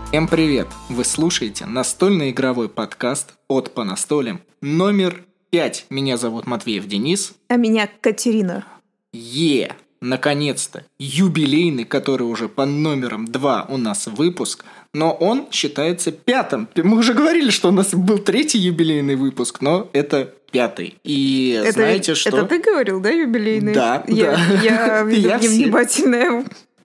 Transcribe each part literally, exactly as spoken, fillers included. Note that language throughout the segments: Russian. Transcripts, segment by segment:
Всем привет! Вы слушаете настольно-игровой подкаст «От по настолям» номер пять. Меня зовут Матвеев Денис. А меня Катерина. Е! Наконец-то! Юбилейный, который уже по номерам два у нас выпуск, но он считается пятым. Мы уже говорили, что у нас был третий юбилейный выпуск, но это пятый. И это, знаете что? Это ты говорил, да, юбилейный? Да, я, да. Я, видно, невнимательная.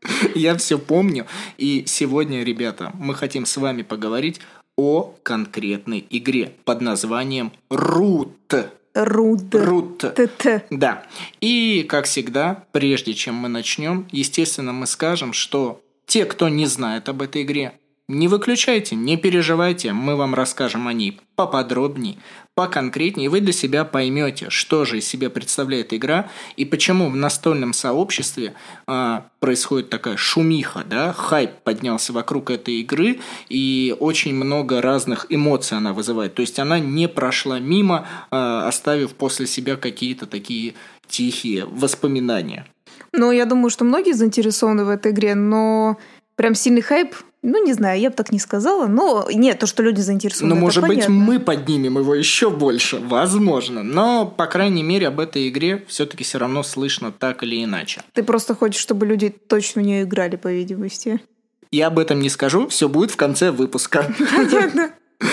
Я все помню. И сегодня, ребята, мы хотим с вами поговорить о конкретной игре под названием Root. Root. Root. Т-т. Да. И, как всегда, прежде чем мы начнем, естественно, мы скажем, что те, кто не знает об этой игре, не выключайте, не переживайте, мы вам расскажем о ней поподробнее, поконкретнее, и вы для себя поймете, что же из себя представляет игра и почему в настольном сообществе а, происходит такая шумиха, да, хайп поднялся вокруг этой игры, и очень много разных эмоций она вызывает. То есть она не прошла мимо, а, оставив после себя какие-то такие тихие воспоминания. Ну, я думаю, что многие заинтересованы в этой игре, но прям сильный хайп... Ну, не знаю, я бы так не сказала. Но нет, то, что люди заинтересованы, Но, это может понятно. быть, мы поднимем его еще больше. Возможно. Но, по крайней мере, об этой игре все-таки все равно слышно так или иначе. Ты просто хочешь, чтобы люди точно в нее играли, по видимости. Я об этом не скажу. Все будет в конце выпуска. Понятно.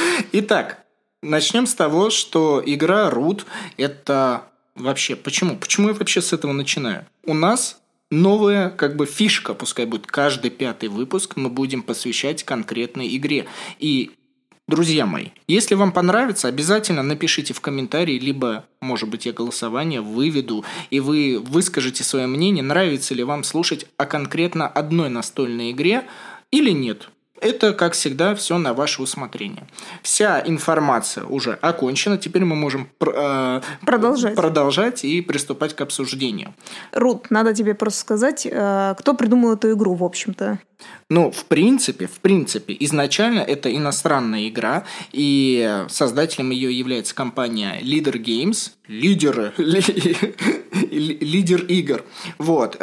Итак, начнем с того, что игра Root – это вообще... Почему? Почему я вообще с этого начинаю? У нас... Новая как бы фишка, пускай будет каждый пятый выпуск, мы будем посвящать конкретной игре. И, друзья мои, если вам понравится, обязательно напишите в комментарии, либо, может быть, я голосование выведу, и вы выскажете свое мнение, нравится ли вам слушать о конкретно одной настольной игре или нет. Это, как всегда, все на ваше усмотрение. Вся информация уже окончена. Теперь мы можем э, продолжать. продолжать и приступать к обсуждению. Рут, надо тебе просто сказать, э, кто придумал эту игру, в общем-то. Ну, в принципе, в принципе, изначально это иностранная игра, и создателем ее является компания Leader Games, лидеры, лидер игр. Вот.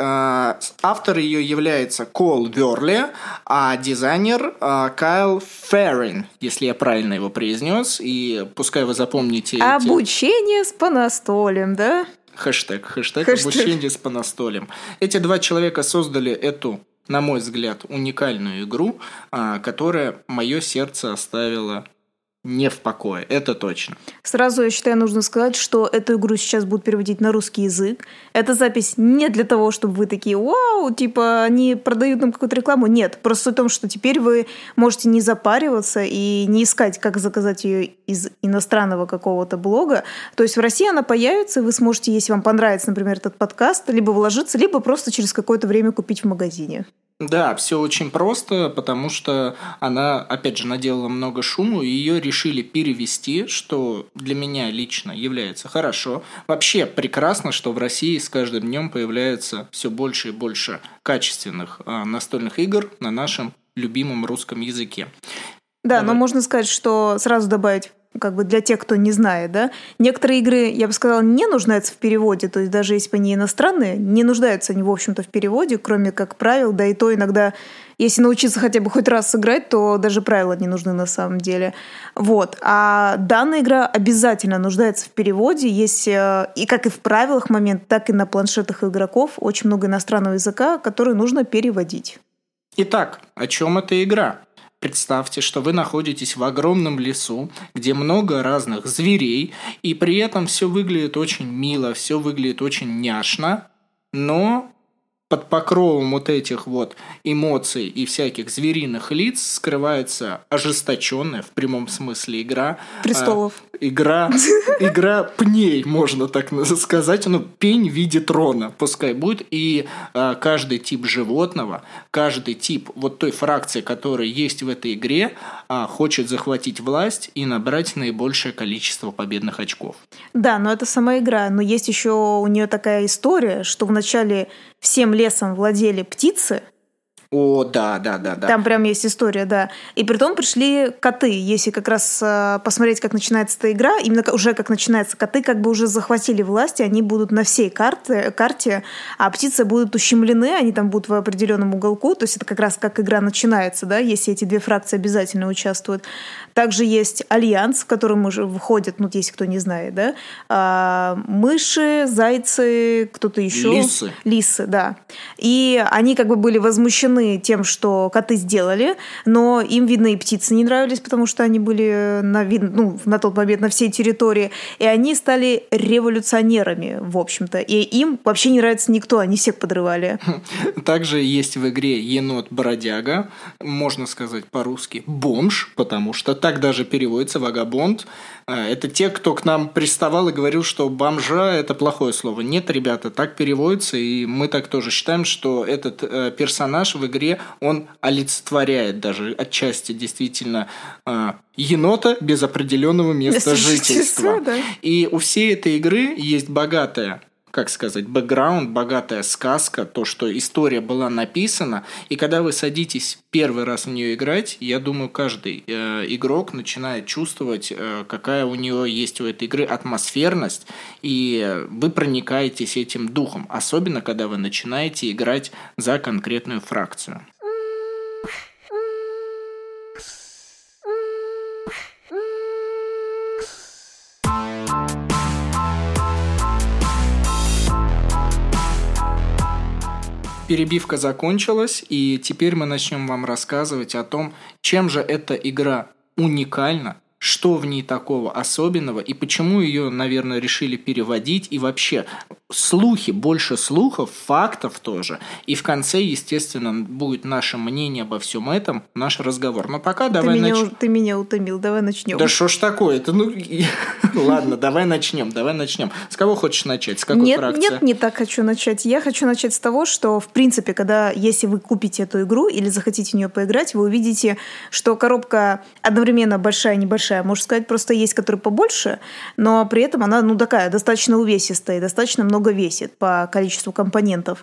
Автор ее является Кол Верли, а дизайнер Кайл Феррин, если я правильно его произнес, и пускай вы запомните... Обучение эти... с понастолем, да? Хэштег, хэштег, хэштег обучение с понастолем. Эти два человека создали эту, на мой взгляд, уникальную игру, которая мое сердце оставила не в покое, это точно. Сразу, я считаю, нужно сказать, что эту игру сейчас будут переводить на русский язык. Эта запись не для того, чтобы вы такие, вау, типа, они продают нам какую-то рекламу. Нет, просто в том, что теперь вы можете не запариваться и не искать, как заказать ее из иностранного какого-то блога. То есть в России она появится, и вы сможете, если вам понравится, например, этот подкаст, либо вложиться, либо просто через какое-то время купить в магазине. Да, все очень просто, потому что она, опять же, наделала много шуму, и ее решили перевести, что для меня лично является хорошо. Вообще прекрасно, что в России с каждым днем появляется все больше и больше качественных а, настольных игр на нашем любимом русском языке. Да, Давай. Но можно сказать, что сразу добавить, как бы для тех, кто не знает, да, некоторые игры, я бы сказала, не нуждаются в переводе, то есть даже если бы они иностранные, не нуждаются они, в общем-то, в переводе, кроме как правил, да и то иногда, если научиться хотя бы хоть раз сыграть, то даже правила не нужны на самом деле. Вот. А данная игра обязательно нуждается в переводе, есть и как и в правилах момент, так и на планшетах игроков очень много иностранного языка, который нужно переводить. Итак, о чем эта игра? Представьте, что вы находитесь в огромном лесу, где много разных зверей, и при этом все выглядит очень мило, все выглядит очень няшно, но под покровом вот этих вот эмоций и всяких звериных лиц скрывается ожесточенная, в прямом смысле, игра. Престолов. А, игра, игра пней, можно так сказать. Ну, пень в виде трона, пускай будет. И а, каждый тип животного, каждый тип вот той фракции, которая есть в этой игре, а, хочет захватить власть и набрать наибольшее количество победных очков. Да, но это сама игра. Но есть еще у нее такая история, что вначале всем лесом владели птицы, О, да, да, да, да. Там прям есть история, да. И притом пришли коты. Если как раз э, посмотреть, как начинается эта игра, именно уже как начинается, коты как бы уже захватили власть, и они будут на всей карте, карте, а птицы будут ущемлены, они там будут в определенном уголку. То есть это как раз как игра начинается, да, если эти две фракции обязательно участвуют. Также есть альянс, в котором уже входят, ну, если кто не знает, да, а, мыши, зайцы, кто-то еще. Лисы. Лисы, да. И они как бы были возмущены тем, что коты сделали, но им, видно, и птицы не нравились, потому что они были на, ну, на тот момент на всей территории, и они стали революционерами, в общем-то. И им вообще не нравится никто, они всех подрывали. Также есть в игре енот-бродяга, можно сказать по-русски бомж, потому что так даже переводится вагабонд. Это те, кто к нам приставал и говорил, что бомжа – это плохое слово. Нет, ребята, так переводится, и мы так тоже считаем, что этот э, персонаж в игре, он олицетворяет даже отчасти действительно э, енота без определенного места, места жительства. Да. И у всей этой игры есть богатая, как сказать, бэкграунд, богатая сказка, то, что история была написана, и когда вы садитесь первый раз в нее играть, я думаю, каждый э, игрок начинает чувствовать, э, какая у нее есть у этой игры атмосферность, и вы проникаетесь этим духом, особенно когда вы начинаете играть за конкретную фракцию. Перебивка закончилась, и теперь мы начнем вам рассказывать о том, чем же эта игра уникальна, что в ней такого особенного, и почему ее, наверное, решили переводить, и вообще слухи, больше слухов, фактов тоже. И в конце, естественно, будет наше мнение обо всем этом, наш разговор. Но пока давай начнем. Ты меня утомил, давай начнем. Да что ж такое? Это ну ладно, давай начнем, давай начнем. С кого хочешь начать? С какой нет, фракции? Нет, не так хочу начать. Я хочу начать с того, что, в принципе, когда, если вы купите эту игру или захотите в нее поиграть, вы увидите, что коробка одновременно большая и небольшая. Можно сказать, просто есть, которые побольше, но при этом она, ну, такая, достаточно увесистая, достаточно много весит по количеству компонентов.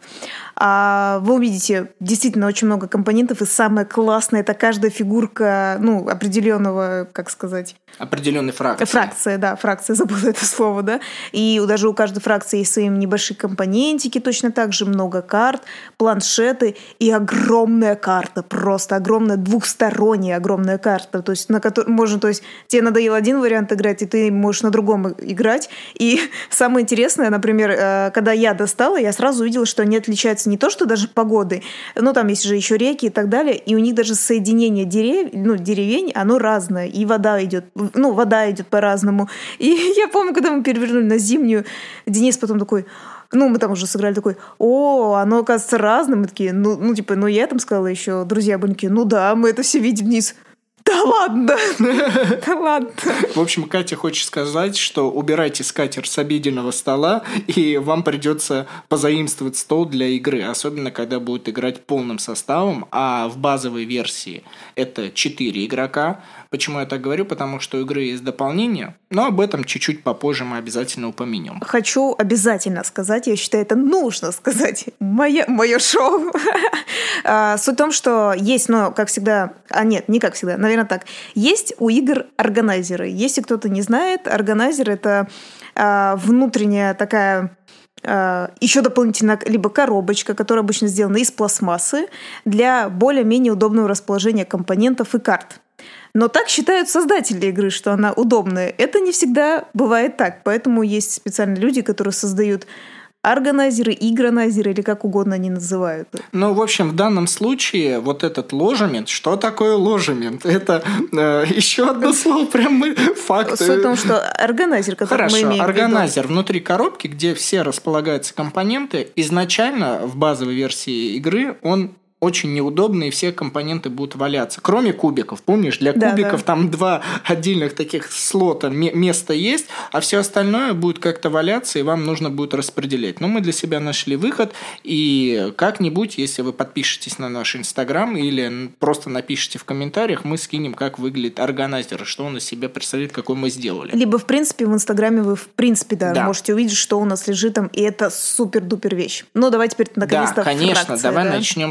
А вы увидите действительно очень много компонентов, и самое классное — это каждая фигурка, ну, определенного, как сказать... Определенной фракции. Фракция, да, фракция, забыла это слово, да. И даже у каждой фракции есть свои небольшие компонентики, точно так же много карт, планшеты и огромная карта, просто огромная, двухсторонняя огромная карта, то есть на которой можно, то есть тебе надоел один вариант играть, и ты можешь на другом играть. И самое интересное, например, когда я достала, я сразу увидела, что они отличаются не то, что даже погодой, но там есть же еще реки и так далее, и у них даже соединение дерев... ну, деревень, оно разное, и вода идет, ну, вода идет по-разному. И я помню, когда мы перевернули на зимнюю, Денис потом такой... Ну, мы там уже сыграли такой, о, оно оказывается разным. Мы такие, ну, ну типа, ну, я там сказала еще, друзья были такие, ну да, мы это все видим, Денис. Да ладно! Да ладно! В общем, Катя хочет сказать, что убирайте скатерть с обеденного стола, и вам придется позаимствовать стол для игры, особенно когда будут играть полным составом, а в базовой версии это четыре игрока. Почему я так говорю? Потому что у игры есть дополнение, но об этом чуть-чуть попозже мы обязательно упомянем. Хочу обязательно сказать, я считаю, это нужно сказать, мое, мое шоу. Суть в том, что есть, ну, как всегда, а нет, не как всегда, наверное, так, есть у игр органайзеры. Если кто-то не знает, органайзер — это внутренняя такая... еще дополнительно либо коробочка, которая обычно сделана из пластмассы, для более-менее удобного расположения компонентов и карт. Но так считают создатели игры, что она удобная. Это не всегда бывает так, поэтому есть специальные люди, которые создают органайзеры, игронайзеры, или как угодно они называют. Ну, в общем, в данном случае вот этот ложемент, что такое ложемент? Это э, еще одно слово, прям мы факт. Суть в том, что органайзер, который Хорошо, мы имеем в виду. Органайзер внутри коробки, где все располагаются компоненты, изначально в базовой версии игры он очень неудобно, и все компоненты будут валяться. Кроме кубиков. Помнишь, для да, кубиков да. там два отдельных таких слота места есть, а все остальное будет как-то валяться, и вам нужно будет распределять. Но мы для себя нашли выход, и как-нибудь, если вы подпишетесь на наш Инстаграм или просто напишите в комментариях, мы скинем, как выглядит органайзер, что он из себя представляет, какой мы сделали. Либо, в принципе, в Инстаграме вы, в принципе, да, да. можете увидеть, что у нас лежит там, и это супер-дупер вещь. Ну, давай теперь наконец-то Да, конечно, фракция, давай да? начнем с фракции.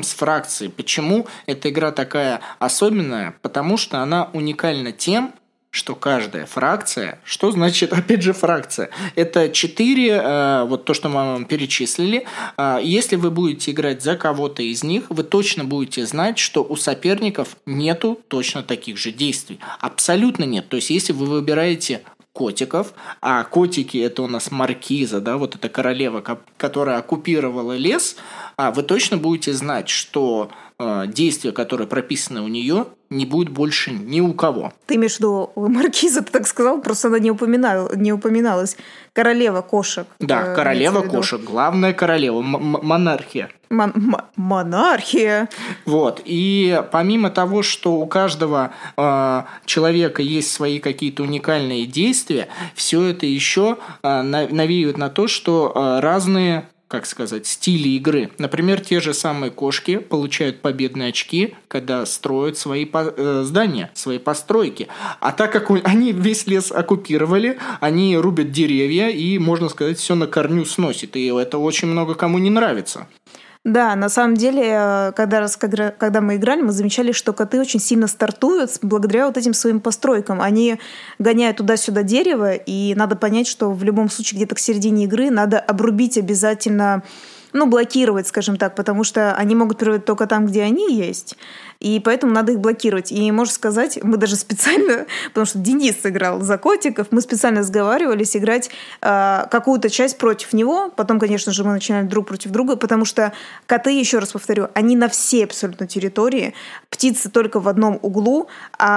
фракции. Почему эта игра такая особенная? Потому что она уникальна тем, что каждая фракция, что значит, опять же, фракция? Это четыре, вот то, что мы вам перечислили. Если вы будете играть за кого-то из них, вы точно будете знать, что у соперников нету точно таких же действий. Абсолютно нет. То есть, если вы выбираете котиков, а котики – это у нас маркиза, да, вот эта королева, которая оккупировала лес, вы точно будете знать, что действия, которые прописаны у нее, не будет больше ни у кого. Ты имеешь в виду маркиза, ты так сказал, просто она не, упоминала, не упоминалась. Королева кошек. Да, э, королева кошек, главная королева, м- монархия. Мон- м- монархия. Вот, и помимо того, что у каждого э, человека есть свои какие-то уникальные действия, все это еще э, навеивает на то, что э, разные, как сказать, стили игры. Например, те же самые кошки получают победные очки, когда строят свои по- э, здания, свои постройки. А так как у- они весь лес оккупировали, они рубят деревья и, можно сказать, все на корню сносит. И это очень много кому не нравится. Да, на самом деле, когда, раз, когда, когда мы играли, мы замечали, что коты очень сильно стартуют благодаря вот этим своим постройкам. Они гоняют туда-сюда дерево, и надо понять, что в любом случае где-то к середине игры надо обрубить обязательно, ну, блокировать, скажем так, потому что они могут прервать только там, где они есть, и поэтому надо их блокировать. И, можно сказать, мы даже специально, потому что Денис играл за котиков, мы специально сговаривались играть э, какую-то часть против него, потом, конечно же, мы начинали друг против друга, потому что коты, еще раз повторю, они на всей абсолютно территории, птицы только в одном углу,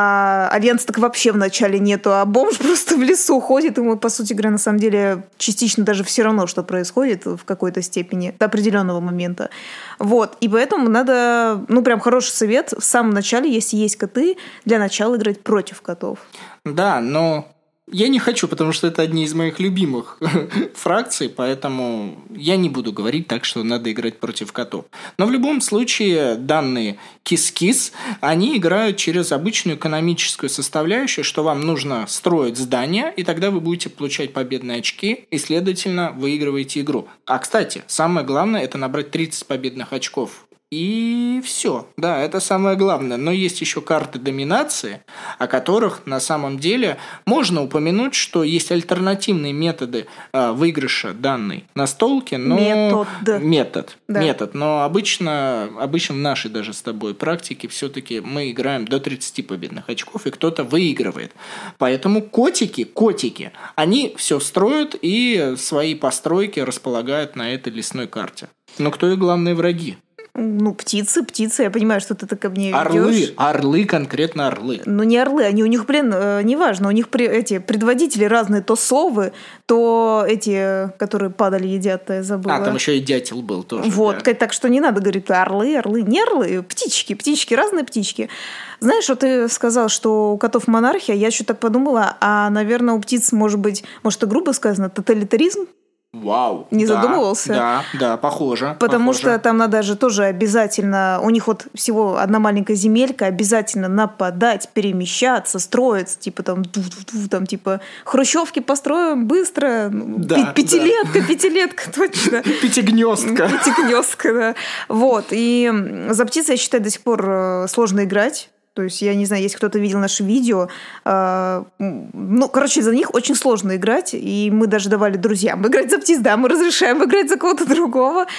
а альянса так вообще в начале нету, а бомж просто в лесу ходит, и мы, по сути говоря, на самом деле частично даже все равно, что происходит в какой-то степени до определенного момента. Вот. И поэтому надо, ну, прям хороший совет в самом начале, если есть коты, для начала играть против котов. Да, но я не хочу, потому что это одни из моих любимых фракций, поэтому я не буду говорить так, что надо играть против котов. Но в любом случае данные кис-кис, они играют через обычную экономическую составляющую, что вам нужно строить здание, и тогда вы будете получать победные очки, и, следовательно, выигрываете игру. А, кстати, самое главное – это набрать тридцать победных очков. И все. Да, это самое главное. Но есть еще карты доминации, о которых на самом деле можно упомянуть, что есть альтернативные методы э, выигрыша данной настолки. Но... Метод. Метод. Да. Метод. Но обычно, обычно в нашей даже с тобой практике все-таки мы играем до тридцати победных очков, и кто-то выигрывает. Поэтому котики, котики, они все строят и свои постройки располагают на этой лесной карте. Но кто их главные враги? Ну, птицы, птицы, я понимаю, что ты ко мне Орлы, ведёшь. орлы, конкретно орлы. Ну, не орлы, они у них, блин, э, неважно, у них при, эти предводители разные, то совы, то эти, которые падали, едят, я забыла. А, там еще и дятел был тоже. Вот, да. так что не надо говорить орлы, орлы, не орлы, птички, птички, разные птички. Знаешь, вот ты сказал, что у котов монархия, я еще так подумала, а, наверное, у птиц, может быть, может, и грубо сказано, тоталитаризм? Вау. Не да, задумывался? Да, да, похоже. Потому похоже. что там надо же тоже обязательно, у них вот всего одна маленькая земелька, обязательно нападать, перемещаться, строиться, типа там, там типа хрущевки построим быстро, да, пятилетка, да. пятилетка, точно. Пятигнездка. Пятигнездка, да. Вот, и за птиц, я считаю, до сих пор сложно играть. То есть, я не знаю, если кто-то видел наше видео, э, ну, короче, за них очень сложно играть, и мы даже давали друзьям играть за птиц, да, мы разрешаем играть за кого-то другого.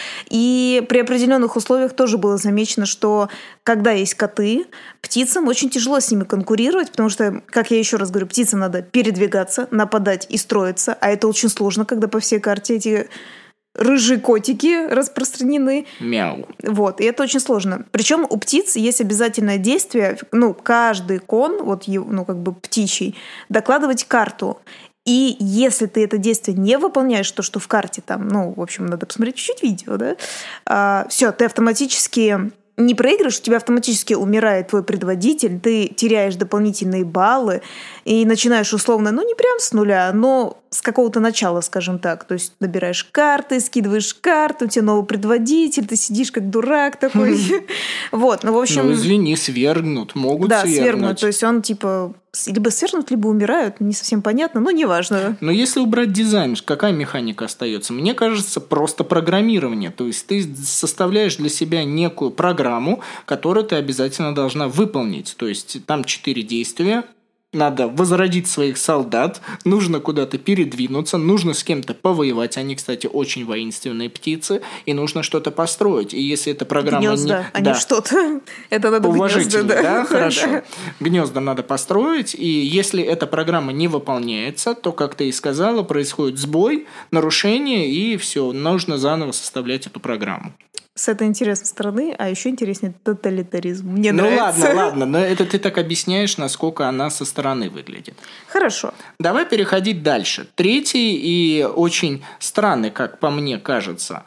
И при определенных условиях тоже было замечено, что когда есть коты, птицам очень тяжело с ними конкурировать, потому что, как я еще раз говорю, птицам надо передвигаться, нападать и строиться, а это очень сложно, когда по всей карте эти... рыжие котики распространены. Мяу. Вот, и это очень сложно. Причем у птиц есть обязательное действие, ну, каждый кон, вот, ну, как бы птичий, докладывать карту. И если ты это действие не выполняешь, то, что в карте там, ну, в общем, надо посмотреть чуть-чуть видео, да, а, все, ты автоматически... не проигрыш, у тебя автоматически умирает твой предводитель, ты теряешь дополнительные баллы и начинаешь условно, ну не прям с нуля, но с какого-то начала, скажем так. То есть набираешь карты, скидываешь карты, у тебя новый предводитель, ты сидишь как дурак такой. Вот, ну в общем... Ну извини, свергнут, могут да, свергнуть. свергнут. То есть он типа либо свергнут, либо умирают. Не совсем понятно, но неважно. Но если убрать дизайн, какая механика остается? Мне кажется, просто программирование. То есть ты составляешь для себя некую программу, которую ты обязательно должна выполнить. То есть там четыре действия. Надо возродить своих солдат, нужно куда-то передвинуться, нужно с кем-то повоевать. Они, кстати, очень воинственные птицы, и нужно что-то построить. И если эта программа... Гнезда, не... а да. не что-то. Это надо Уважительно, гнезда, да? да? Хорошо. Да. Гнезда надо построить, и если эта программа не выполняется, то, как ты и сказала, происходит сбой, нарушение, и все, нужно заново составлять эту программу. С этой интересной стороны, а еще интереснее тоталитаризм. Мне ну нравится. ладно, ладно, но это ты так объясняешь, насколько она со стороны выглядит. Хорошо. Давай переходить дальше. Третий и очень странный, как по мне кажется,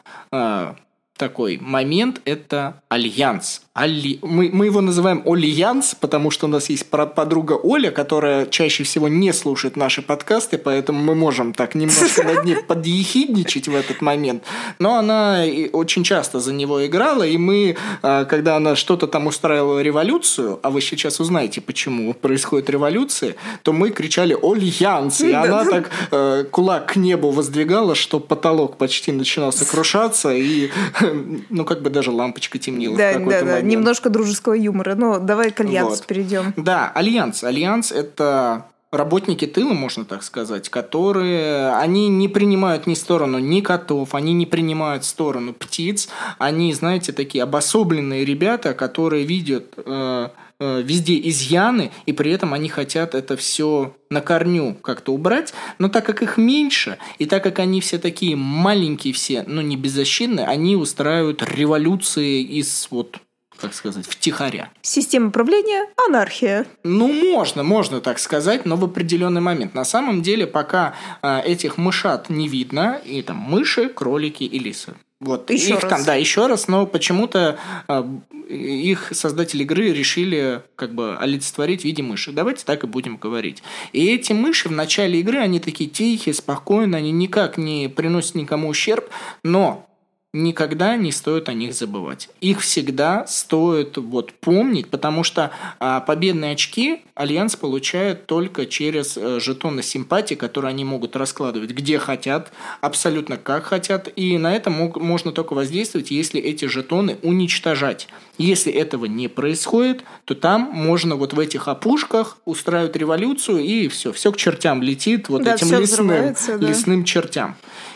такой момент – это альянс. Али... Мы, мы его называем Ольянс, потому что у нас есть подруга Оля, которая чаще всего не слушает наши подкасты, поэтому мы можем так немножко над ней подъехидничать в этот момент. Но она очень часто за него играла, и мы, когда она что-то там устраивала революцию, а вы сейчас узнаете, почему происходит революция, то мы кричали «Ольянс!», и она так э, кулак к небу воздвигала, что потолок почти начинал сокрушаться, и ну как бы даже лампочка темнела да, в какой-то да, да. момент. Немножко дружеского юмора. Но давай к альянсу вот. перейдем. Да, альянс. Альянс – это работники тыла, можно так сказать, которые, они не принимают ни сторону ни котов, они не принимают сторону птиц, они, знаете, такие обособленные ребята, которые видят э, э, везде изъяны, и при этом они хотят это все на корню как-то убрать, но так как их меньше, и так как они все такие маленькие все, но не беззащитные, они устраивают революции из вот... так сказать, втихаря. Система управления – анархия. Ну, можно, можно так сказать, но в определенный момент. На самом деле, пока э, этих мышат не видно, и там мыши, кролики и лисы. Вот. Еще их раз. Там, да, еще раз, но почему-то э, их создатели игры решили как бы олицетворить в виде мыши. Давайте так и будем говорить. И эти мыши в начале игры, они такие тихие, спокойные, они никак не приносят никому ущерб, но... никогда не стоит о них забывать. Их всегда стоит вот помнить, потому что а, победные очки Альянс получает только через а, жетоны симпатии, которые они могут раскладывать где хотят, абсолютно как хотят, и на это мог, можно только воздействовать, если эти жетоны уничтожать. Если этого не происходит, то там можно вот в этих опушках устраивать революцию, и все, все к чертям летит, вот да, этим лесным, да. лесным чертям.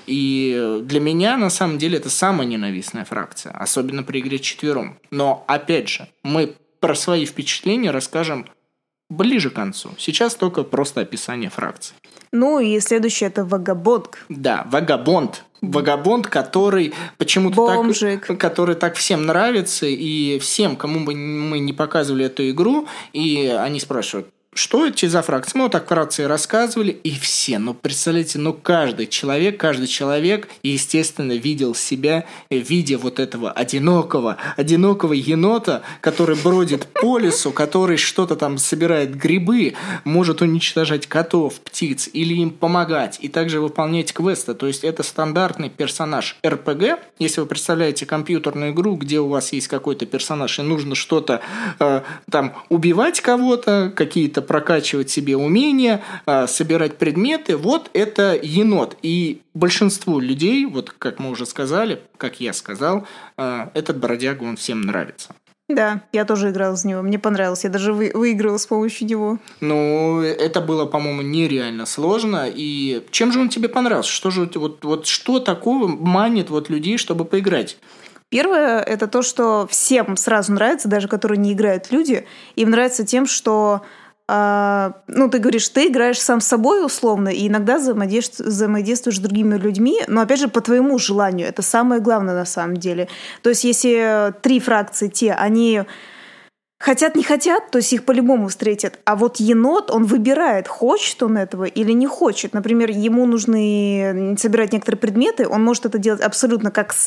И для меня, на самом деле, это самая ненавистная фракция, особенно при игре четвером. Но, опять же, мы про свои впечатления расскажем ближе к концу. Сейчас только просто описание фракции. Ну и следующее – это Вагабонд. Да, Вагабонд. Вагабонд, который почему-то так, который так всем нравится, и всем, кому бы мы не показывали эту игру, и они спрашивают, что эти за фракции? Мы вот так вкратце рассказывали, и все, ну, представляете, ну, каждый человек, каждый человек, естественно, видел себя в виде вот этого одинокого, одинокого енота, который бродит по лесу, который что-то там собирает грибы, может уничтожать котов, птиц, или им помогать, и также выполнять квесты. То есть, это стандартный персонаж эр пи джи. Если вы представляете компьютерную игру, где у вас есть какой-то персонаж, и нужно что-то э, там убивать кого-то, какие-то прокачивать себе умения, собирать предметы. Вот это енот. И большинству людей, вот как мы уже сказали, как я сказал, этот бродяга, он всем нравится. Да, я тоже играла за него. Мне понравилось. Я даже вы, выиграла с помощью него. Ну, это было, по-моему, нереально сложно. И чем же он тебе понравился? Что же вот, вот что такого манит вот людей, чтобы поиграть? Первое – это то, что всем сразу нравится, даже которые не играют люди. Им нравится тем, что Uh, ну, ты говоришь, ты играешь сам с собой условно, и иногда взаимодействуешь, взаимодействуешь с другими людьми, но, опять же, по твоему желанию. Это самое главное на самом деле. То есть, если три фракции те, они хотят, не хотят, то есть их по-любому встретят. А вот енот, он выбирает, хочет он этого или не хочет. Например, ему нужны собирать некоторые предметы, он может это делать абсолютно как сам,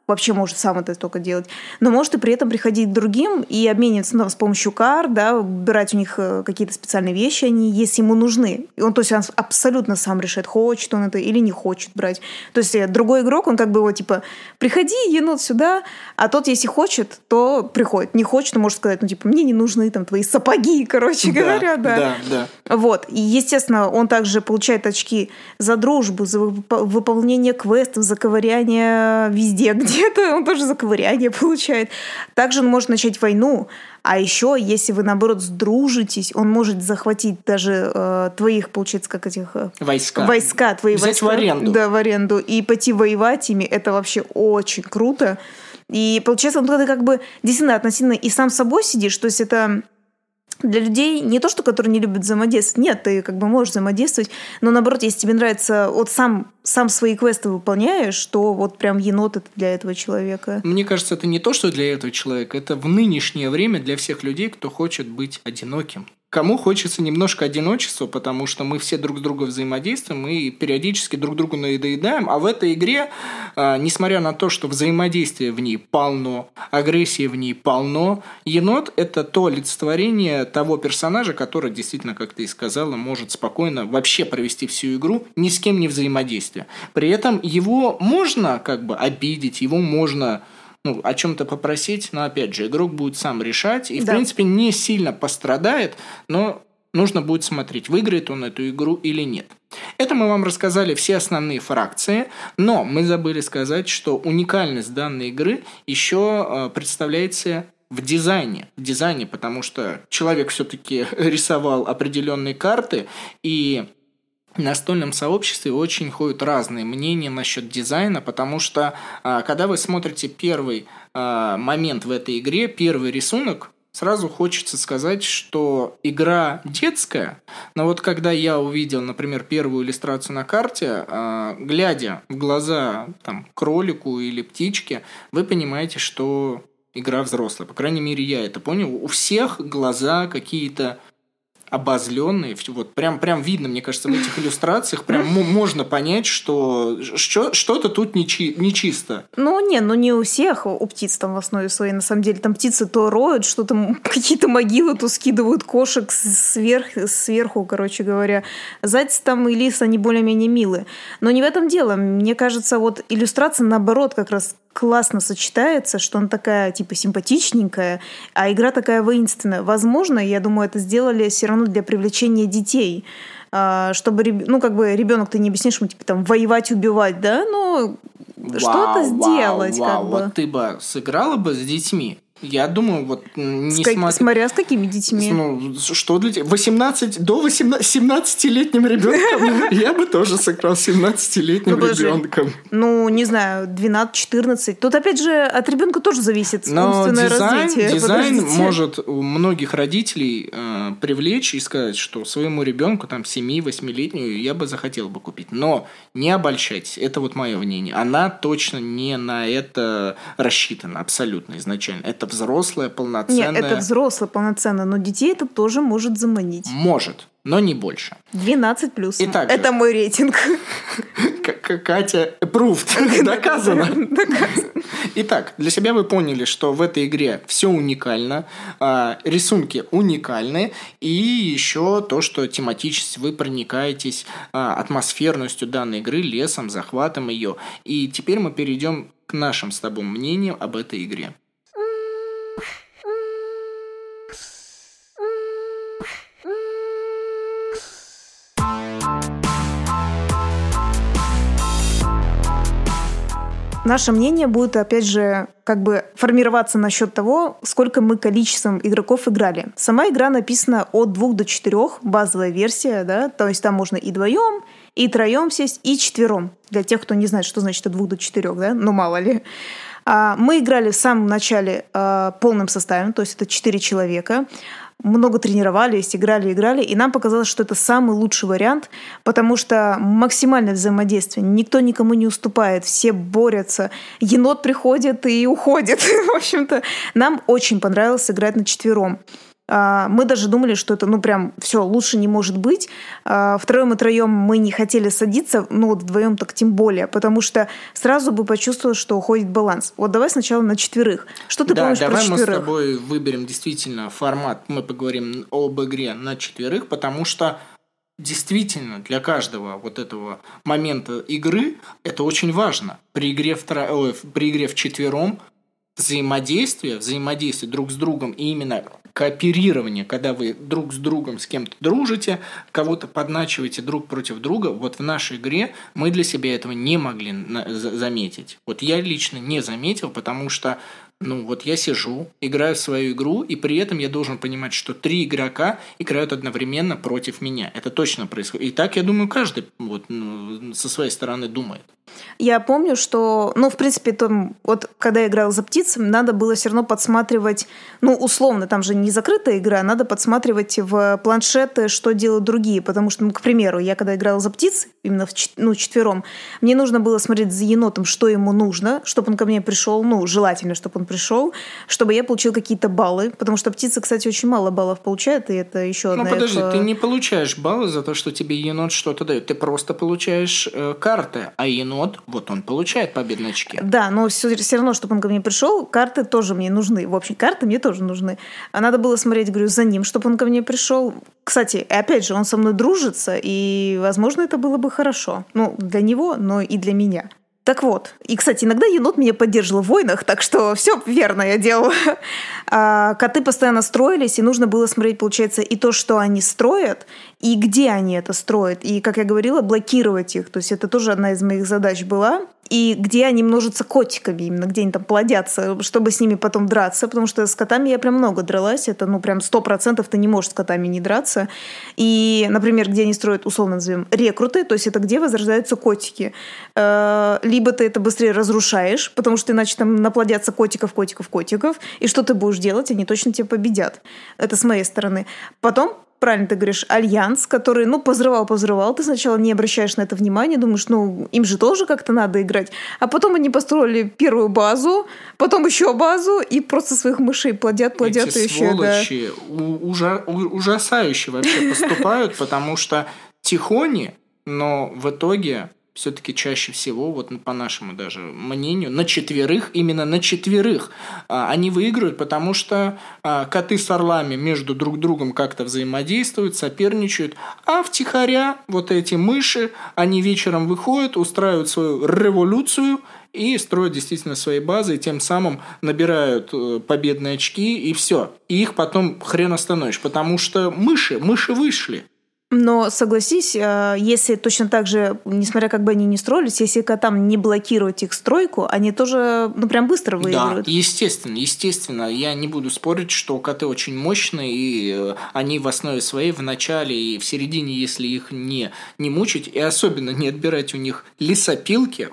вообще может сам это только делать, но может и при этом приходить к другим и обмениваться ну, с помощью карт, да, выбирать у них какие-то специальные вещи, они, если ему нужны. И он, то есть он абсолютно сам решает, хочет он это или не хочет брать. То есть другой игрок, он как бы его типа, приходи, енот, сюда, а тот, если хочет, то приходит. Не хочет, он может сказать, ну типа, мне не нужны там твои сапоги, короче да, говоря, да. Да, да. Вот. И, естественно, он также получает очки за дружбу, за выполнение квестов, за ковыряние везде, где где-то, он тоже за ковыряние получает. Также он может начать войну. А еще, если вы, наоборот, сдружитесь, он может захватить даже э, твоих, получается, как этих... Э, войска. Войска, твои Взять войска. в аренду. Да, в аренду. И пойти воевать ими. Это вообще очень круто. И получается, он тогда как бы действительно относительно и сам с собой сидишь. То есть это... Для людей не то, что которые не любят взаимодействовать. Нет, ты как бы можешь взаимодействовать, но наоборот, если тебе нравится, вот сам, сам свои квесты выполняешь, то вот прям енот это для этого человека. Мне кажется, это не то, что для этого человека, это в нынешнее время для всех людей, кто хочет быть одиноким. Кому хочется немножко одиночества, потому что мы все друг с другом взаимодействуем и периодически друг другу надоедаем. А в этой игре, несмотря на то, что взаимодействия в ней полно, агрессии в ней полно, енот – это то олицетворение того персонажа, который действительно, как ты и сказала, может спокойно вообще провести всю игру, ни с кем не взаимодействуя. При этом его можно как бы обидеть, его можно... Ну, о чем-то попросить, но, опять же, игрок будет сам решать и, да. в принципе, не сильно пострадает, но нужно будет смотреть, выиграет он эту игру или нет. Это мы вам рассказали все основные фракции, но мы забыли сказать, что уникальность данной игры еще представляется в дизайне. В дизайне, потому что человек все-таки рисовал определенные карты, и... В настольном сообществе очень ходят разные мнения насчет дизайна, потому что, когда вы смотрите первый момент в этой игре, первый рисунок, сразу хочется сказать, что игра детская, но вот когда я увидел, например, первую иллюстрацию на карте, глядя в глаза там, кролику или птичке, вы понимаете, что игра взрослая. По крайней мере, я это понял. У всех глаза какие-то обозленные, вот прям, прям видно, мне кажется, в этих иллюстрациях прям можно понять, что что-то тут нечи, нечисто. Ну, не, ну не у всех, у птиц там в основе своей, на самом деле, там птицы то роют, что-то, какие-то могилы, то скидывают кошек сверх, сверху, короче говоря. Зайцы там и лис, они более-менее милые. Но не в этом дело. Мне кажется, вот иллюстрация, наоборот, как раз классно сочетается, что она такая, типа, симпатичненькая, а игра такая воинственная. Возможно, я думаю, это сделали все равно для привлечения детей, чтобы, ну, как бы ребенок ты не объяснишь ему, типа, там, воевать, убивать, да, ну, что-то сделать, вау, как вау. бы. Вот ты бы сыграла бы с детьми? Я думаю, вот не с как, смотри... Смотря с какими детьми. Ну, что для тебя? восемнадцать до восемнадцати, семнадцатилетним ребенком я бы тоже сыграл с семнадцатилетним ребенком. Ну, не знаю, двенадцать-четырнадцать. Тут, опять же, от ребенка тоже зависит умственное развитие. Дизайн может у многих родителей э, привлечь и сказать, что своему ребенку, там, семи-восьмилетнюю, я бы захотел бы купить. Но не обольщайтесь, это вот мое мнение. Она точно не на это рассчитана абсолютно изначально. Это взрослая, полноценная... Нет, это взрослая, полноценная, но детей это тоже может заманить. Может, но не больше. двенадцать плюс. Итак, это мой рейтинг. Катя approved. Доказано. Итак, для себя вы поняли, что в этой игре все уникально, рисунки уникальны, и еще то, что тематически вы проникаетесь атмосферностью данной игры, лесом, захватом ее. И теперь мы перейдем к нашим с тобой мнениям об этой игре. Наше мнение будет, опять же, как бы формироваться насчет того, сколько мы количеством игроков играли. Сама игра написана от двух до четырех, базовая версия, да, то есть там можно и вдвоем, и троем сесть, и четвером. Для тех, кто не знает, что значит от двух до четырех, да, ну мало ли. Мы играли в самом начале полным составом, то есть это четыре человека. Много тренировались, играли, играли, и нам показалось, что это самый лучший вариант, потому что максимальное взаимодействие, никто никому не уступает, все борются, енот приходит и уходит. В общем-то, нам очень понравилось играть на четвером. Мы даже думали, что это, ну, прям все, лучше не может быть. Втроем и троем мы не хотели садиться, ну, вот вдвоем так тем более, потому что сразу бы почувствовала, что уходит баланс. Вот давай сначала на четверых. Что ты да, помнишь про четверых? Да, давай мы с тобой выберем действительно формат, мы поговорим об игре на четверых, потому что действительно для каждого вот этого момента игры это очень важно. При игре, втро... Ой, при игре вчетвером взаимодействие, взаимодействие друг с другом и именно кооперирование, когда вы друг с другом с кем-то дружите, кого-то подначиваете друг против друга, вот в нашей игре мы для себя этого не могли заметить. Вот я лично не заметил, потому что ну вот я сижу, играю в свою игру, и при этом я должен понимать, что три игрока играют одновременно против меня. Это точно происходит. И так, я думаю, каждый вот, ну, со своей стороны думает. Я помню, что, ну, в принципе, там, вот когда я играла за птицами, надо было все равно подсматривать, ну, условно, там же не закрытая игра, надо подсматривать в планшеты, что делают другие, потому что, ну, к примеру, я когда играла за птиц, именно в, ну, четвером, мне нужно было смотреть за енотом, что ему нужно, чтобы он ко мне пришел, ну, желательно, чтобы он пришел, чтобы я получил какие-то баллы, потому что птицы, кстати, очень мало баллов получают, и это еще одна... Ну, подожди, их... ты не получаешь баллы за то, что тебе енот что-то дает, ты просто получаешь э, карты, а енот, вот он получает победные очки. Да, но все, все равно, чтобы он ко мне пришел, карты тоже мне нужны. В общем, карты мне тоже нужны. А надо было смотреть, говорю, за ним, чтобы он ко мне пришел. Кстати, опять же, он со мной дружится, и, возможно, это было бы хорошо. Ну, для него, но и для меня. Так вот, и, кстати, иногда енот меня поддерживал в войнах, так что все верно я делала. А коты постоянно строились, и нужно было смотреть, получается, и то, что они строят, и где они это строят. И, как я говорила, блокировать их. То есть это тоже одна из моих задач была. И где они множатся котиками, именно где они там плодятся, чтобы с ними потом драться. Потому что с котами я прям много дралась. Это, ну, прям сто процентов ты не можешь с котами не драться. И, например, где они строят, условно назовем, рекруты, то есть это где возрождаются котики. Либо ты это быстрее разрушаешь, потому что иначе там наплодятся котиков, котиков, котиков. И что ты будешь делать? Они точно тебя победят. Это с моей стороны. Потом, правильно ты говоришь, альянс, который, ну, позрывал, позрывал. Ты сначала не обращаешь на это внимания, думаешь, ну, им же тоже как-то надо играть. А потом они построили первую базу, потом еще базу, и просто своих мышей плодят, плодят. Эти и еще, сволочи да. ужа- ужасающе вообще поступают, потому что тихони, но в итоге... все-таки чаще всего, вот по нашему даже мнению, на четверых, именно на четверых они выигрывают, потому что коты с орлами между друг другом как-то взаимодействуют, соперничают, а втихаря вот эти мыши, они вечером выходят, устраивают свою революцию и строят действительно свои базы, и тем самым набирают победные очки, и все. И их потом хрен остановишь, потому что мыши, мыши вышли. Но согласись, если точно так же, несмотря как бы они ни строились, если котам не блокировать их стройку, они тоже, ну, прям быстро выигрывают. Да, естественно, естественно. Я не буду спорить, что коты очень мощные, и они в основе своей в начале и в середине, если их не, не мучить, и особенно не отбирать у них лесопилки,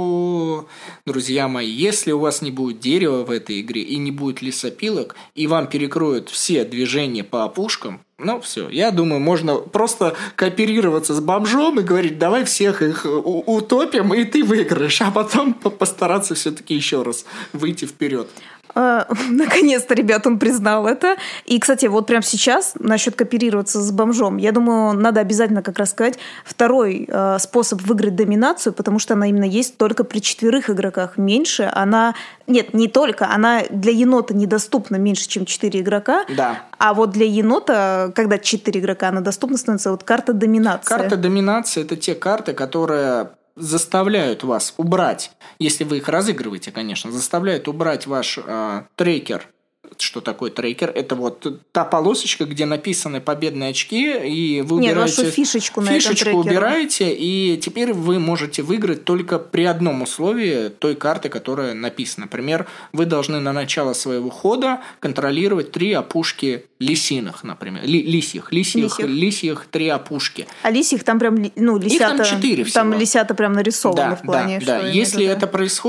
о, друзья мои, если у вас не будет дерева в этой игре и не будет лесопилок, и вам перекроют все движения по опушкам, ну, все. Я думаю, можно просто кооперироваться с бомжом и говорить, давай всех их утопим, и ты выиграешь, а потом постараться все-таки еще раз выйти вперед. Наконец-то, ребят, он признал это. И, кстати, вот прямо сейчас насчет кооперироваться с бомжом, я думаю, надо обязательно как раз сказать второй э, способ выиграть доминацию, потому что она именно есть только при четверых игроках. Меньше она... Нет, не только. Она для енота недоступна меньше, чем четыре игрока. Да. А вот для енота, когда четыре игрока, она доступна становится вот карта доминации. Карта доминации – это те карты, которые... заставляют вас убрать, если вы их разыгрываете, конечно, заставляют убрать ваш э, трекер. Что такое трекер? Это вот та полосочка, где написаны победные очки, и вы Нет, убираете вашу фишечку на фишечку этом убираете, и теперь вы можете выиграть только при одном условии той карты, которая написана. Например, вы должны на начало своего хода контролировать три опушки лисиных, например, Ли, лисьих, лисьих, лисьих, лисьих три опушки. А лисьих там прям, ну, лисята, их там четыре всего. Там лисята прям нарисованы да, в плане, да, что да. Если это, это происходит,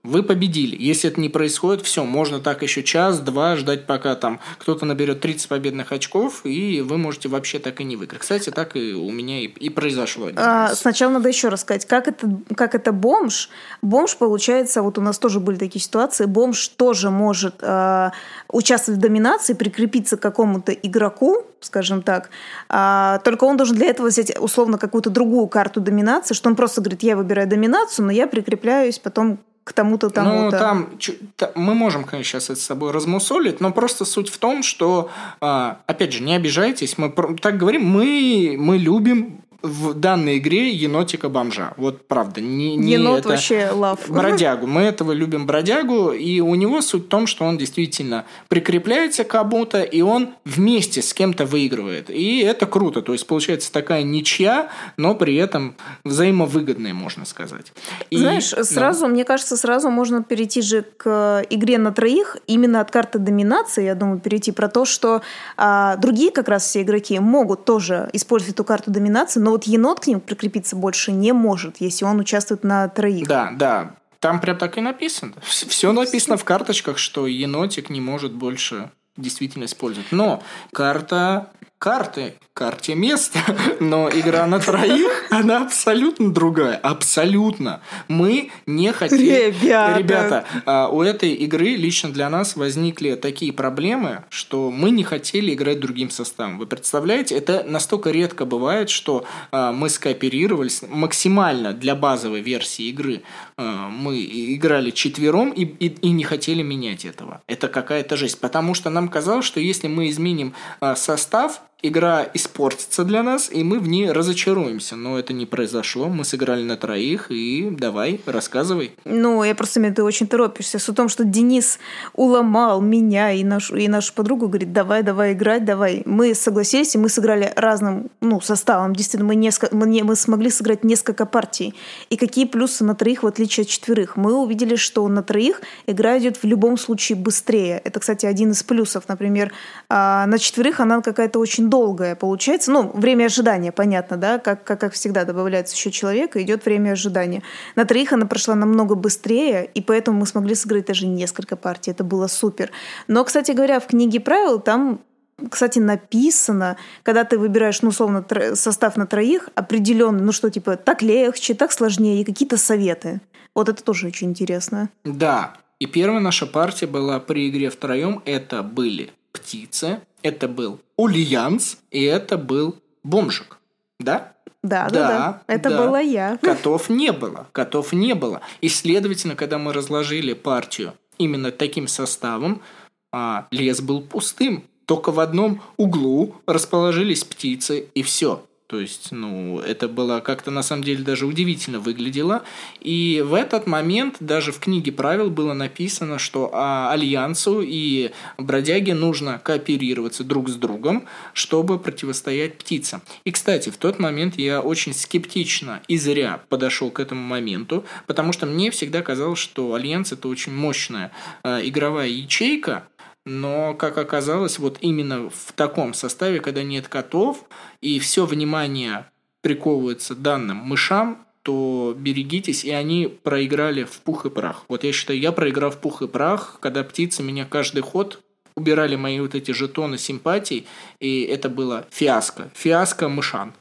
вы победили. Если это не происходит, все, можно так еще час-два ждать, пока там кто-то наберет тридцать победных очков, и вы можете вообще так и не выиграть. Кстати, так и у меня и, и произошло. А, сначала надо еще рассказать, как это, как это бомж. Бомж, получается, вот у нас тоже были такие ситуации, бомж тоже может э, участвовать в доминации, прикрепиться к какому-то игроку, скажем так, а, только он должен для этого взять условно какую-то другую карту доминации, что он просто говорит, я выбираю доминацию, но я прикрепляюсь потом к тому-то, тому-то. Ну, там мы можем, конечно, сейчас это с собой размусолить, но просто суть в том, что, опять же, не обижайтесь, мы так говорим, мы, мы любим в данной игре енотика-бомжа. Вот правда. Не, не Енот это... вообще лав. Бродягу. Мы этого любим бродягу, и у него суть в том, что он действительно прикрепляется к кому-то, и он вместе с кем-то выигрывает. И это круто. То есть, получается такая ничья, но при этом взаимовыгодная, можно сказать. И... Знаешь, сразу, да. мне кажется, сразу можно перейти же к игре на троих, именно от карты доминации, я думаю, перейти про то, что а, другие как раз все игроки могут тоже использовать эту карту доминации, но вот енот к ним прикрепиться больше не может, если он участвует на троих. Да, да. Там прям так и написано. Все написано в карточках, что енотик не может больше действительно использовать. Но карта... карты, карте место, но игра на троих, она абсолютно другая. Абсолютно. Мы не хотим... Ребята. Ребята, у этой игры лично для нас возникли такие проблемы, что мы не хотели играть другим составом. Вы представляете? Это настолько редко бывает, что мы скооперировались максимально для базовой версии игры. Мы играли четвером и, и, и не хотели менять этого. Это какая-то жесть. Потому что нам казалось, что если мы изменим состав, игра испортится для нас, и мы в ней разочаруемся. Но это не произошло. Мы сыграли на троих, и давай, рассказывай. Ну, я просто имею в виду, ты очень торопишься. С том, что Денис уломал меня и нашу, и нашу подругу, говорит, давай, давай играть, давай. Мы согласились, и мы сыграли разным ну, составом. Действительно, мы, несколько, мы, мы смогли сыграть несколько партий. И какие плюсы на троих, в отличие от четверых? Мы увидели, что на троих игра идет в любом случае быстрее. Это, кстати, один из плюсов. Например, на четверых она какая-то очень долгое получается. Ну, время ожидания, понятно, да, как, как, как всегда добавляется еще человек, и идет время ожидания. На троих она прошла намного быстрее, и поэтому мы смогли сыграть даже несколько партий. Это было супер. Но, кстати говоря, в книге правил там, кстати, написано, когда ты выбираешь, ну, условно, состав на троих, определенно, ну, что, типа, так легче, так сложнее, и какие-то советы. Вот это тоже очень интересно. Да, и первая наша партия была при игре втроем, это были птицы, это был ульянс, и это был бомжик. Да? Да, да, да. да. Это да. была я. Котов не было. Котов не было. И, следовательно, когда мы разложили партию именно таким составом, лес был пустым. Только в одном углу расположились птицы, и все. То есть, ну, это было как-то на самом деле даже удивительно выглядело. И в этот момент даже в книге правил было написано, что а, Альянсу и бродяге нужно кооперироваться друг с другом, чтобы противостоять птицам. И, кстати, в тот момент я очень скептично и зря подошел к этому моменту, потому что мне всегда казалось, что Альянс – это очень мощная а, игровая ячейка. Но, как оказалось, вот именно в таком составе, когда нет котов, и все внимание приковывается данным мышам, то берегитесь, и они проиграли в пух и прах. Вот я считаю, я проиграл в пух и прах, когда птицы меня каждый ход убирали мои вот эти жетоны симпатий, и это было фиаско. Фиаско мышан.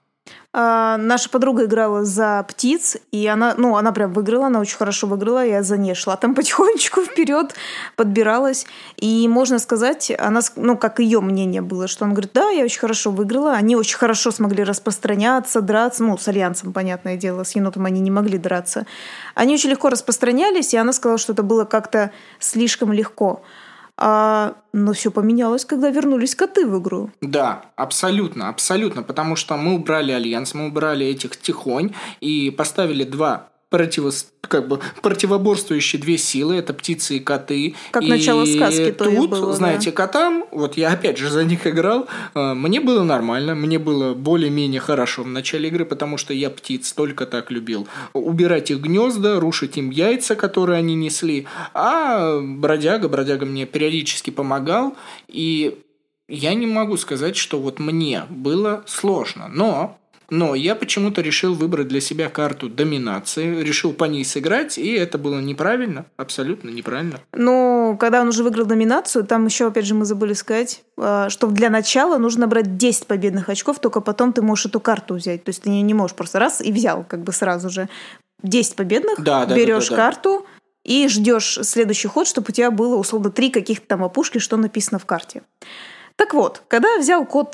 А, наша подруга играла за птиц, и она, ну, она прям выиграла, она очень хорошо выиграла, я за ней шла там потихонечку вперед, подбиралась. И можно сказать, она, ну, как ее мнение было, что она говорит, да, я очень хорошо выиграла, они очень хорошо смогли распространяться, драться, ну, с Альянсом, понятное дело, с енотом они не могли драться. Они очень легко распространялись, и она сказала, что это было как-то слишком легко. А, но все поменялось, когда вернулись коты в игру. Да, абсолютно, абсолютно, потому что мы убрали Альянс, мы убрали этих тихонь и поставили два противо, как бы, противоборствующие две силы, это птицы и коты. Как и начало сказки то тут, было, знаете, да. котам, вот я опять же за них играл, мне было нормально, мне было более-менее хорошо в начале игры, потому что я птиц только так любил. Убирать их гнезда, рушить им яйца, которые они несли, а бродяга, бродяга мне периодически помогал, и я не могу сказать, что вот мне было сложно, но Но я почему-то решил выбрать для себя карту доминации, решил по ней сыграть, и это было неправильно, абсолютно неправильно. Ну, когда он уже выиграл доминацию, там еще, опять же, мы забыли сказать, что для начала нужно брать десять победных очков, только потом ты можешь эту карту взять. То есть ты не можешь просто раз и взял как бы сразу же десять победных, да, да, берешь да, да, да. карту и ждешь следующий ход, чтобы у тебя было, условно, три каких-то там опушки, что написано в карте. Так вот, когда взял кот,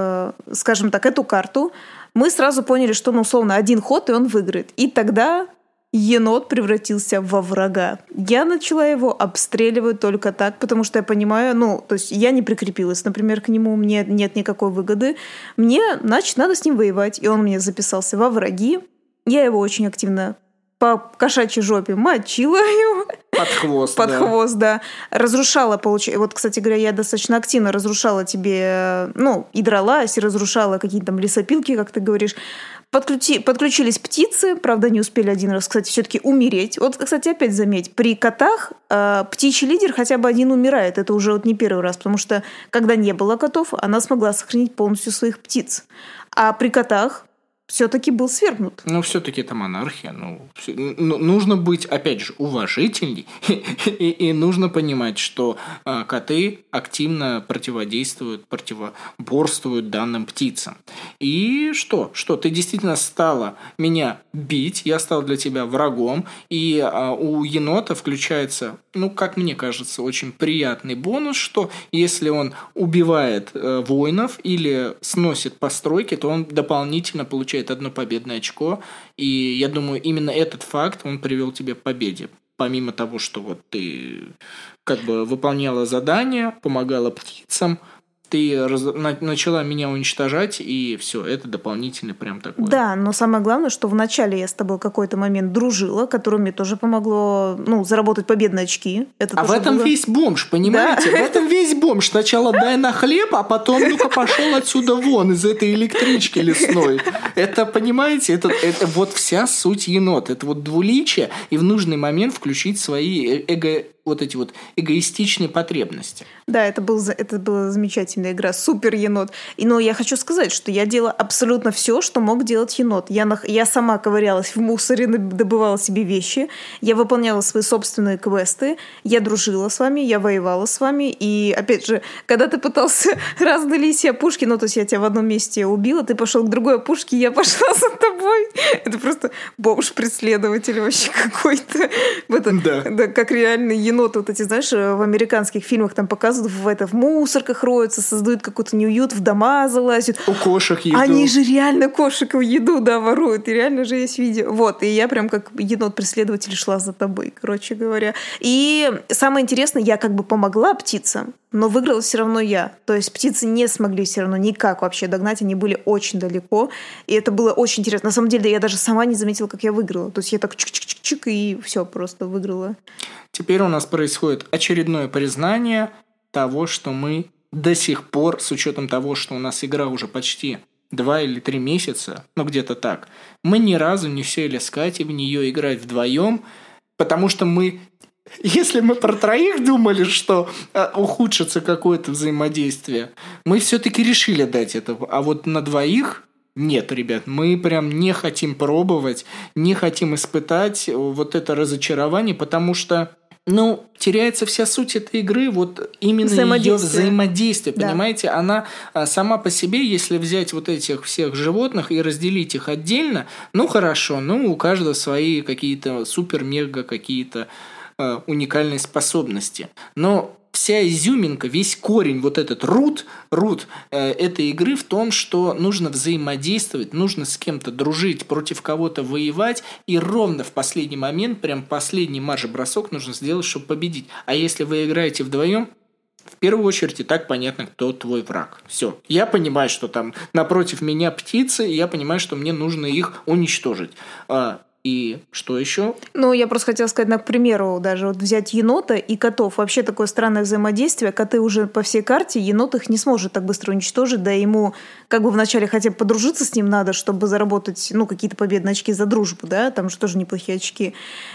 скажем так, эту карту, мы сразу поняли, что, ну, условно, один ход, и он выиграет. И тогда енот превратился во врага. Я начала его обстреливать только так, потому что я понимаю, ну, то есть я не прикрепилась, например, к нему, мне нет никакой выгоды. Мне, значит, надо с ним воевать. И он мне записался во враги. Я его очень активно по кошачьей жопе мочила его. Под хвост, Под да. хвост, да. Разрушала, получается. Вот, кстати говоря, я достаточно активно разрушала тебе, ну, и дралась, и разрушала какие-то там лесопилки, как ты говоришь. Подключи, подключились птицы, правда, не успели один раз, кстати, все-таки умереть. Вот, кстати, опять заметь, при котах э, птичий лидер хотя бы один умирает. Это уже вот не первый раз, потому что, когда не было котов, она смогла сохранить полностью своих птиц. А при котах все-таки был свергнут. Ну, все-таки это монархия. Ну, все, ну, нужно быть, опять же, уважительней. и, и нужно понимать, что а, коты активно противодействуют, противоборствуют данным птицам. И что? Что? Ты действительно стала меня бить, я стал для тебя врагом, и а, у енота включается, ну, как мне кажется, очень приятный бонус, что если он убивает э, воинов или сносит постройки, то он дополнительно получает одно победное очко, и я думаю, именно этот факт, он привел тебя к победе. Помимо того, что вот ты как бы выполняла задания, помогала птицам, ты раз... начала меня уничтожать, и все, это дополнительный прям такой. Да, но самое главное, что вначале я с тобой какой-то момент дружила, которое мне тоже помогло, ну, заработать победные очки. Это а в этом было... весь бомж, понимаете? Да? В этом весь бомж. Сначала дай на хлеб, а потом, ну-ка, пошел отсюда вон, из этой электрички лесной. Это, понимаете, это, это вот вся суть енота. Это вот двуличие, и в нужный момент включить свои эго... вот эти вот эгоистичные потребности. Да, это, был, это была замечательная игра, супер енот. И, но я хочу сказать, что я делала абсолютно все, что мог делать енот. Я, я сама ковырялась в мусоре, добывала себе вещи, я выполняла свои собственные квесты, я дружила с вами, я воевала с вами. И, опять же, когда ты пытался разные лисьи опушки, ну, то есть я тебя в одном месте убила, ты пошел к другой опушке, я пошла за тобой. Это просто бомж-преследователь вообще какой-то. Да. Да, как реальный енот. Вот эти, знаешь, в американских фильмах там показывают, в, это, в мусорках роются, создают какой-то неуют, в дома залазят. У кошек еду. Они же реально кошек в еду, да, воруют. И реально же есть видео. Вот, и я прям как енот-преследователь шла за тобой, короче говоря. И самое интересное, я как бы помогла птицам, но выиграла все равно я. То есть птицы не смогли все равно никак вообще догнать, они были очень далеко. И это было очень интересно. На самом деле, я даже сама не заметила, как я выиграла. То есть я так чик-чик-чик, и все, просто выиграла. Теперь у нас происходит очередное признание того, что мы до сих пор, с учетом того, что у нас игра уже почти два или три месяца, ну где-то так, мы ни разу не сели с Катей в нее играть вдвоем, потому что мы, если мы про троих думали, что а, ухудшится какое-то взаимодействие, мы все-таки решили дать это, а вот на двоих... Нет, ребят, мы прям не хотим пробовать, не хотим испытать вот это разочарование, потому что, ну, теряется вся суть этой игры, вот именно ее взаимодействие, да. Понимаете? Она сама по себе, если взять вот этих всех животных и разделить их отдельно, ну, хорошо, ну, у каждого свои какие-то супер-мега какие-то э, уникальные способности, но... Вся изюминка, весь корень, вот этот рут, рут э, этой игры в том, что нужно взаимодействовать, нужно с кем-то дружить, против кого-то воевать, и ровно в последний момент, прям последний марш-бросок нужно сделать, чтобы победить. А если вы играете вдвоем, в первую очередь и так понятно, кто твой враг. Все. Я понимаю, что там напротив меня птицы, и я понимаю, что мне нужно их уничтожить. И что еще? Ну, я просто хотела сказать, на, к примеру, даже вот взять енота и котов. Вообще такое странное взаимодействие. Коты уже по всей карте, енот их не сможет так быстро уничтожить. Да ему как бы вначале хотя бы подружиться с ним надо, чтобы заработать, ну, какие-то победные очки за дружбу, да, там же тоже неплохие очки.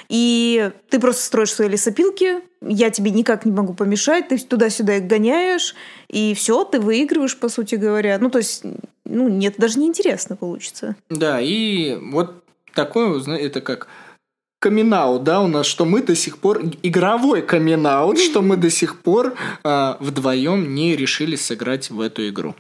И ты просто строишь свои лесопилки, я тебе никак не могу помешать, ты туда-сюда их гоняешь, и все, ты выигрываешь, по сути говоря. Ну, то есть ну, нет, даже неинтересно получится. Да, и вот такое, знаете, это как камин-аут, да, у нас, что мы до сих пор, игровой камин-аут, что мы до сих пор а, вдвоем не решили сыграть в эту игру.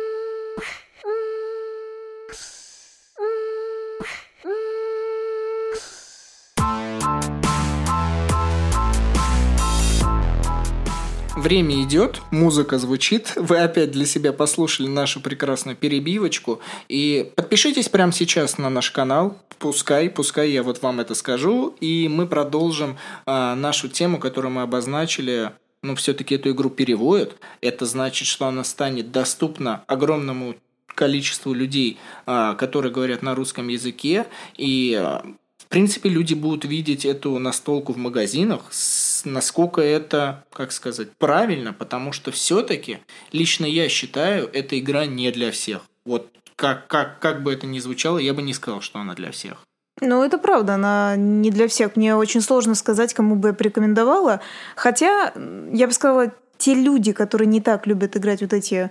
Время идет, музыка звучит, вы опять для себя послушали нашу прекрасную перебивочку, и подпишитесь прямо сейчас на наш канал, пускай, пускай я вот вам это скажу, и мы продолжим а, нашу тему, которую мы обозначили. Ну, все-таки эту игру переводят, это значит, что она станет доступна огромному количеству людей, а, которые говорят на русском языке, и а, в принципе люди будут видеть эту настолку в магазинах, насколько это, как сказать, правильно, потому что все-таки лично я считаю, эта игра не для всех. Вот как, как, как бы это ни звучало, я бы не сказал, что она для всех. Ну, это правда, она не для всех. Мне очень сложно сказать, кому бы я порекомендовала. Хотя, я бы сказала, те люди, которые не так любят играть вот эти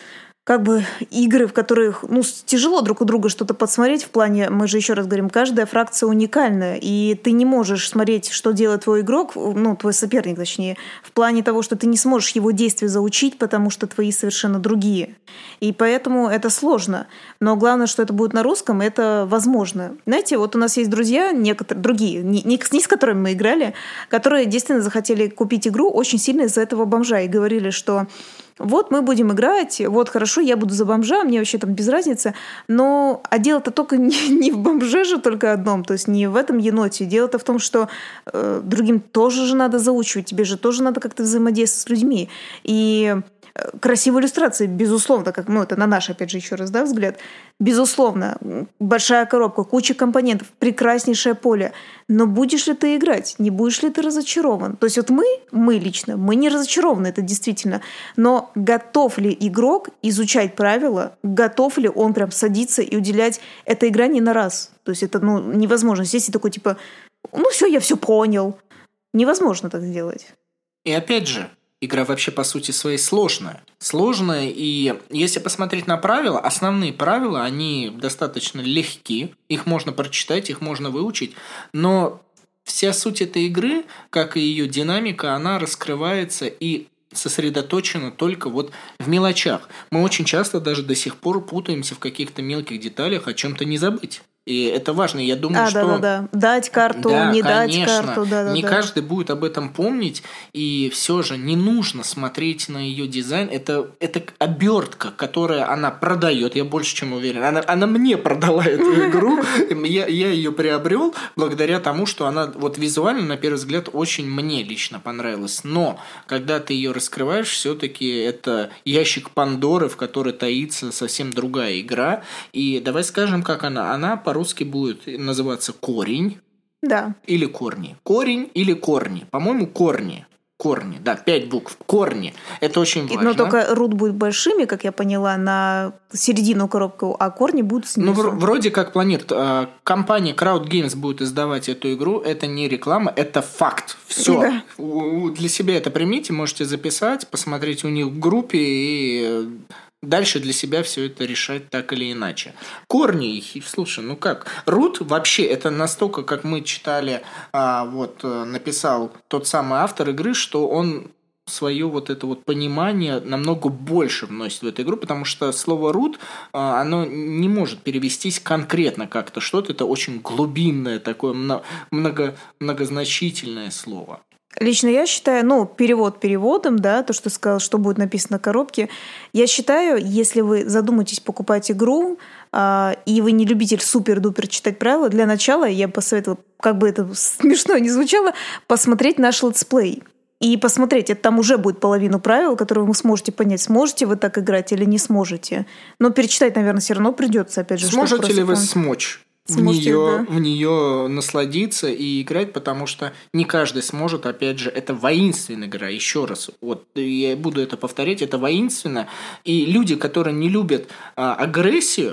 как бы игры, в которых ну, тяжело друг у друга что-то подсмотреть в плане, мы же еще раз говорим, каждая фракция уникальная, и ты не можешь смотреть, что делает твой игрок, ну, твой соперник, точнее, в плане того, что ты не сможешь его действия заучить, потому что твои совершенно другие. И поэтому это сложно. Но главное, что это будет на русском, это возможно. Знаете, вот у нас есть друзья, некоторые другие, не, не, не с которыми мы играли, которые действительно захотели купить игру очень сильно из-за этого бомжа и говорили, что вот мы будем играть, вот хорошо, я буду за бомжа, мне вообще там без разницы. Но а дело-то только не, не в бомже же только одном, то есть не в этом еноте. Дело-то в том, что э, другим тоже же надо заучивать, тебе же тоже надо как-то взаимодействовать с людьми. И красивые иллюстрации, безусловно, как, ну, это на наш, опять же, еще раз, да, взгляд. Безусловно, большая коробка, куча компонентов, прекраснейшее поле. Но будешь ли ты играть? Не будешь ли ты разочарован? То есть вот мы, мы лично, мы не разочарованы, это действительно. Но готов ли игрок изучать правила? Готов ли он прям садиться и уделять этой игре не на раз? То есть это, ну, невозможно. Здесь и такой, типа, ну все, я все понял. Невозможно так сделать. И опять же, игра вообще по сути своей сложная. Сложная, и если посмотреть на правила, основные правила, они достаточно легки. Их можно прочитать, их можно выучить. Но вся суть этой игры, как и ее динамика, она раскрывается и сосредоточена только вот в мелочах. Мы очень часто даже до сих пор путаемся в каких-то мелких деталях, о чем-то не забыть. И это важно. Я думаю, а, что... Да, да, да. Дать карту, да, не конечно. дать карту. Да, да, не да. каждый будет об этом помнить. И все же не нужно смотреть на ее дизайн. Это, это обертка, которая она продает. Я больше чем уверен. Она, она мне продала эту игру. Я, я ее приобрел благодаря тому, что она вот визуально, на первый взгляд, очень мне лично понравилась. Но когда ты ее раскрываешь, все-таки это ящик Пандоры, в которой таится совсем другая игра. И давай скажем, как она. Она по по-русски будет называться корень. Да. Или корни. Корень или корни. По-моему, корни. Корни, да, пять букв. Корни. Это очень важно. Но только root будет большими, как я поняла, на середину коробку, а корни будут снизу. Ну, вроде как планируют. Компания Crowd Games будет издавать эту игру. Это не реклама, это факт. Все. Да. Для себя это примите, можете записать, посмотреть у них в группе и... Дальше для себя все это решать так или иначе. Корни, слушай, ну как? Root вообще это настолько, как мы читали, а, вот написал тот самый автор игры, что он свое вот это вот понимание намного больше вносит в эту игру, потому что слово root, а, оно не может перевестись конкретно как-то что-то. Это очень глубинное такое много, многозначительное слово. Лично я считаю, ну, перевод переводом, да, то, что сказал, что будет написано на коробке. Я считаю, если вы задумаетесь покупать игру, э, и вы не любитель супер-дупер читать правила, для начала я бы посоветовала, как бы это смешно ни звучало, посмотреть наш летсплей. И посмотреть, это там уже будет половину правил, которые вы сможете понять, сможете вы так играть или не сможете. Но перечитать, наверное, все равно придется, опять же. Сможете ли вы смочь? В Сможете, нее, да. в нее насладиться и играть, потому что не каждый сможет, опять же, это воинственная игра, еще раз, вот я буду это повторять, это воинственно, и люди, которые не любят а, агрессию,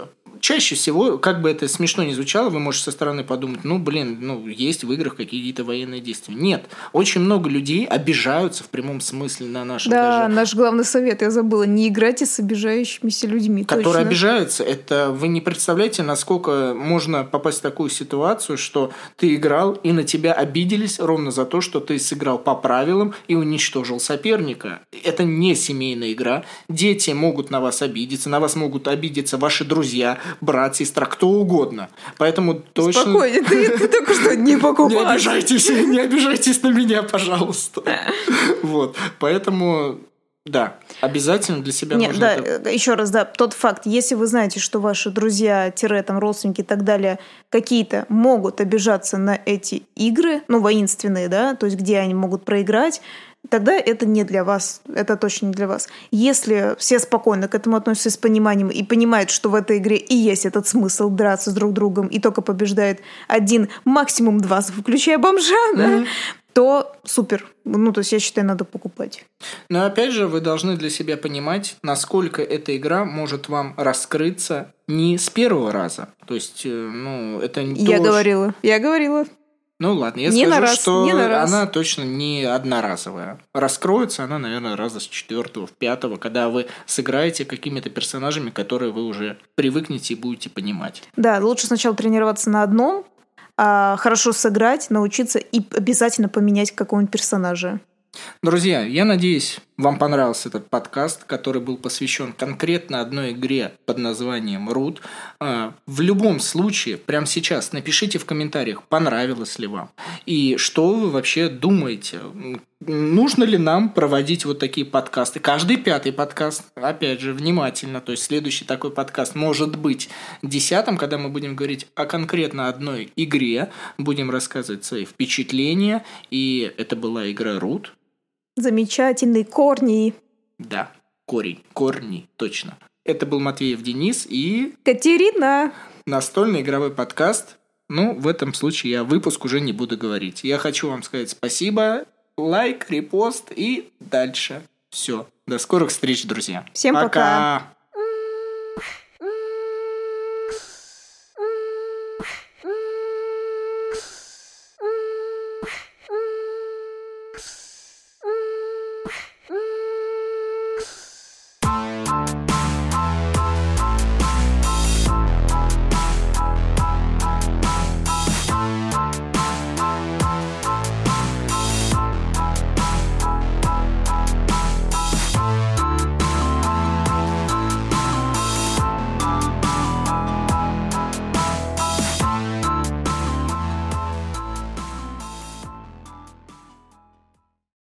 чаще всего, как бы это смешно ни звучало, вы можете со стороны подумать, ну, блин, ну, есть в играх какие-то военные действия. Нет. Очень много людей обижаются в прямом смысле на нашем Да, даже... наш главный совет, я забыла, не играйте с обижающимися людьми. Которые точно. обижаются. Это вы не представляете, насколько можно попасть в такую ситуацию, что ты играл, и на тебя обиделись ровно за то, что ты сыграл по правилам и уничтожил соперника. Это не семейная игра. Дети могут на вас обидеться, на вас могут обидеться ваши друзья, брат, сестра, кто угодно. Поэтому точно... Спокойно, ты, ты только что не покупал. Не обижайтесь, не обижайтесь на меня, пожалуйста. Вот, поэтому... Да, обязательно для себя Нет, нужно да, это... еще раз, да, тот факт, если вы знаете, что ваши друзья, тире, там, родственники и так далее, какие-то могут обижаться на эти игры, ну, воинственные, да, то есть где они могут проиграть, тогда это не для вас, это точно не для вас. Если все спокойно к этому относятся с пониманием и понимают, что в этой игре и есть этот смысл драться с друг другом, и только побеждает один, максимум два, включая бомжа, mm-hmm. да, то супер. Ну, то есть, я считаю, надо покупать. Но, опять же, вы должны для себя понимать, насколько эта игра может вам раскрыться не с первого раза. То есть, ну, это не Я то, говорила, что... я говорила. Ну, ладно, я не скажу, раз, что раз. она точно не одноразовая. Раскроется она, наверное, раза с четвертого, в пятого, когда вы сыграете какими-то персонажами, которые вы уже привыкнете и будете понимать. Да, лучше сначала тренироваться на одном, а хорошо сыграть, научиться и обязательно поменять какого-нибудь персонажа. Друзья, я надеюсь, вам понравился этот подкаст, который был посвящен конкретно одной игре под названием Root. В любом случае, прямо сейчас напишите в комментариях, понравилось ли вам, и что вы вообще думаете. Нужно ли нам проводить вот такие подкасты? Каждый пятый подкаст, опять же, внимательно, то есть следующий такой подкаст может быть десятым, когда мы будем говорить о конкретно одной игре, будем рассказывать свои впечатления, и это была игра Root. Замечательный корни. Да, корень, корни, точно. Это был Матвеев Денис и... Катерина. Настольный игровой подкаст. Ну, в этом случае я выпуск уже не буду говорить. Я хочу вам сказать спасибо, лайк, репост и дальше. Все. До скорых встреч, друзья. Всем пока. Пока.